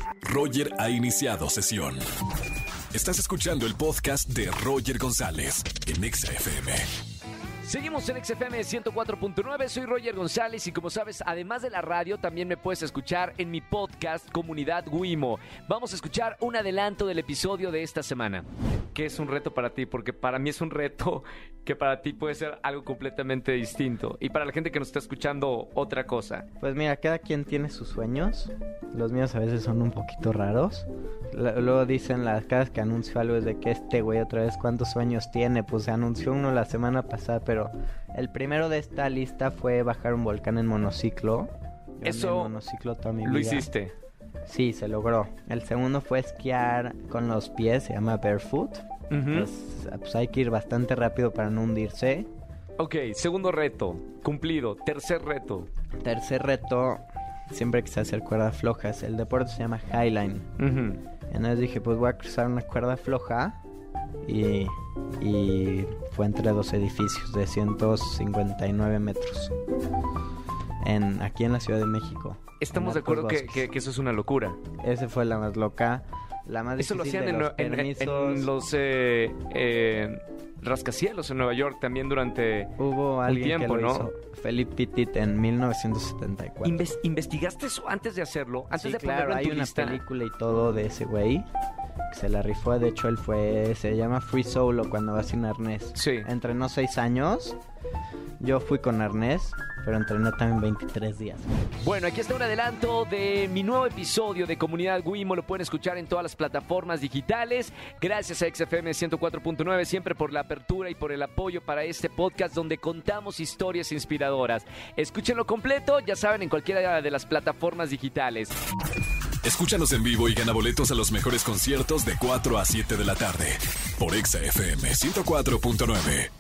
Roger ha iniciado sesión. Estás escuchando el podcast de Roger González en Exa FM. Seguimos en XFM 104.9, soy Roger González y como sabes, además de la radio, también me puedes escuchar en mi podcast Comunidad Wimo. Vamos a escuchar un adelanto del episodio de esta semana. ¿Qué es un reto para ti? Porque para mí es un reto que para ti puede ser algo completamente distinto. Y para la gente que nos está escuchando, otra cosa. Pues mira, cada quien tiene sus sueños. Los míos a veces son un poquito raros. Luego dicen cada vez que anuncio algo es de que este güey otra vez cuántos sueños tiene. Pues se anunció uno la semana pasada, pero el primero de esta lista fue bajar un volcán en monociclo. Eso en monociclo toda mi lo vida. hiciste. Sí, se logró. El segundo fue esquiar con los pies, se llama barefoot. Pues hay que ir bastante rápido para no hundirse. Ok, segundo reto, cumplido. Tercer reto. Tercer reto, siempre que se hace cuerda floja, el deporte se llama highline. Entonces dije, pues voy a cruzar una cuerda floja y fue entre dos edificios de 159 metros. Aquí en la Ciudad de México. Estamos de acuerdo que eso es una locura. Esa fue la más loca. La más eso difícil lo hacían en los rascacielos en Nueva York también durante Hubo alguien un tiempo, que lo ¿no? hizo, Philip Petit, en 1974. ¿Investigaste eso antes de hacerlo? Antes Sí, de claro, ponerlo en tu hay una lista. película y todo de ese güey que se la rifó. De hecho, se llama Free Solo cuando va sin arnés. Sí. Entrenó 6 años. Yo fui con arnés, pero entrené también 23 días. Bueno, aquí está un adelanto de mi nuevo episodio de Comunidad Wimo. Lo pueden escuchar en todas las plataformas digitales. Gracias a XFM 104.9 siempre por la apertura y por el apoyo para este podcast donde contamos historias inspiradoras. Escúchenlo completo, ya saben, en cualquiera de las plataformas digitales. Escúchanos en vivo y gana boletos a los mejores conciertos de 4 a 7 de la tarde por Exa FM 104.9.